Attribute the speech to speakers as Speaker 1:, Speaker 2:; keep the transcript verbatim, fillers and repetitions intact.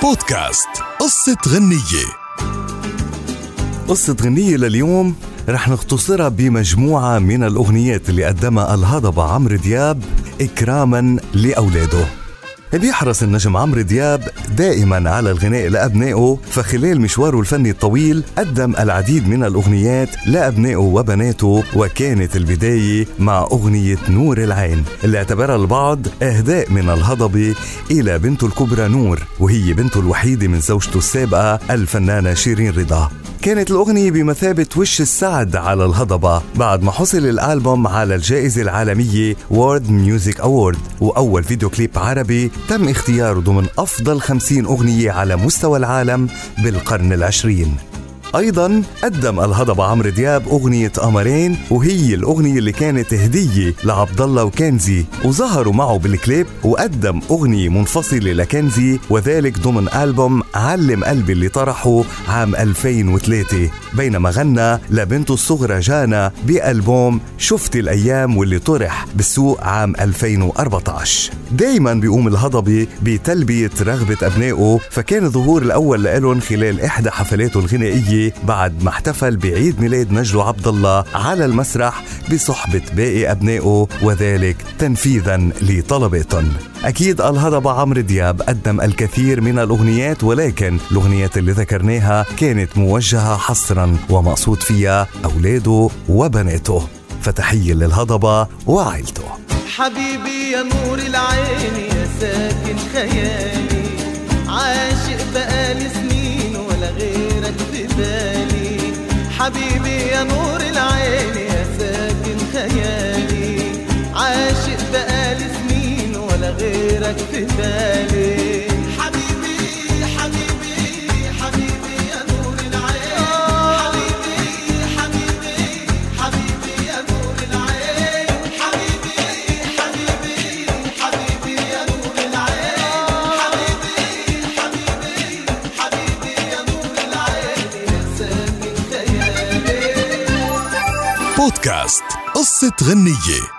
Speaker 1: بودكاست قصة غنية. قصة غنية لليوم رح نختصرها بمجموعة من الأغنيات اللي قدمها الهضبة عمرو دياب إكراما لأولاده. بيحرص النجم عمرو دياب دائما على الغناء لأبنائه، فخلال مشواره الفني الطويل قدم العديد من الأغنيات لأبنائه وبناته، وكانت البداية مع أغنية نور العين اللي اعتبرها البعض إهداء من الهضبة إلى بنته الكبرى نور، وهي بنته الوحيدة من زوجته السابقة الفنانة شيرين رضا. كانت الأغنية بمثابة وش السعد على الهضبة بعد ما حصل الألبوم على الجائزة العالمية وورد ميوزك أوورد، وأول فيديو كليب عربي تم اختياره ضمن أفضل خمسين أغنية على مستوى العالم بالقرن العشرين. أيضاً قدم الهضبة عمرو دياب أغنية قمرين، وهي الأغنية اللي كانت هدية لعبد الله وكنزي، وظهروا معه بالكليب. وقدم أغنية منفصلة لكنزي وذلك ضمن ألبوم علم قلبي اللي طرحه عام ألفين وثلاثة، بينما غنى لبنته الصغرى جانا بألبوم شفت الأيام واللي طرح بالسوق عام ألفين وأربعة عشر. دايماً بيقوم الهضبة بتلبية رغبة أبنائه، فكان الظهور الأول لهم خلال إحدى حفلاته الغنائية بعد ما احتفل بعيد ميلاد نجله عبد الله على المسرح بصحبة باقي أبنائه، وذلك تنفيذا لطلباتهم. أكيد الهضبة عمرو دياب قدم الكثير من الأغنيات، ولكن الأغنيات اللي ذكرناها كانت موجهة حصرا ومقصود فيها أولاده وبناته، فتحية للهضبة وعائلته.
Speaker 2: حبيبي يا نور العين يا ساكن خيالي، عاشق بقالي سنين ولا غيرك في بالي. حبيبي يا نور العين يا ساكن خيالي، عاشق بقالي سنين ولا غيرك في بالي. حبيبي حبيبي حبيبي يا نور العين، حبيبي حبيبي حبيبي يا نور العين، حبيبي حبيبي حبيبي يا نور العين، حبيبي حبيبي حبيبي يا نور العين يا ساكن خيالي.
Speaker 1: بودكاست قصة غنية.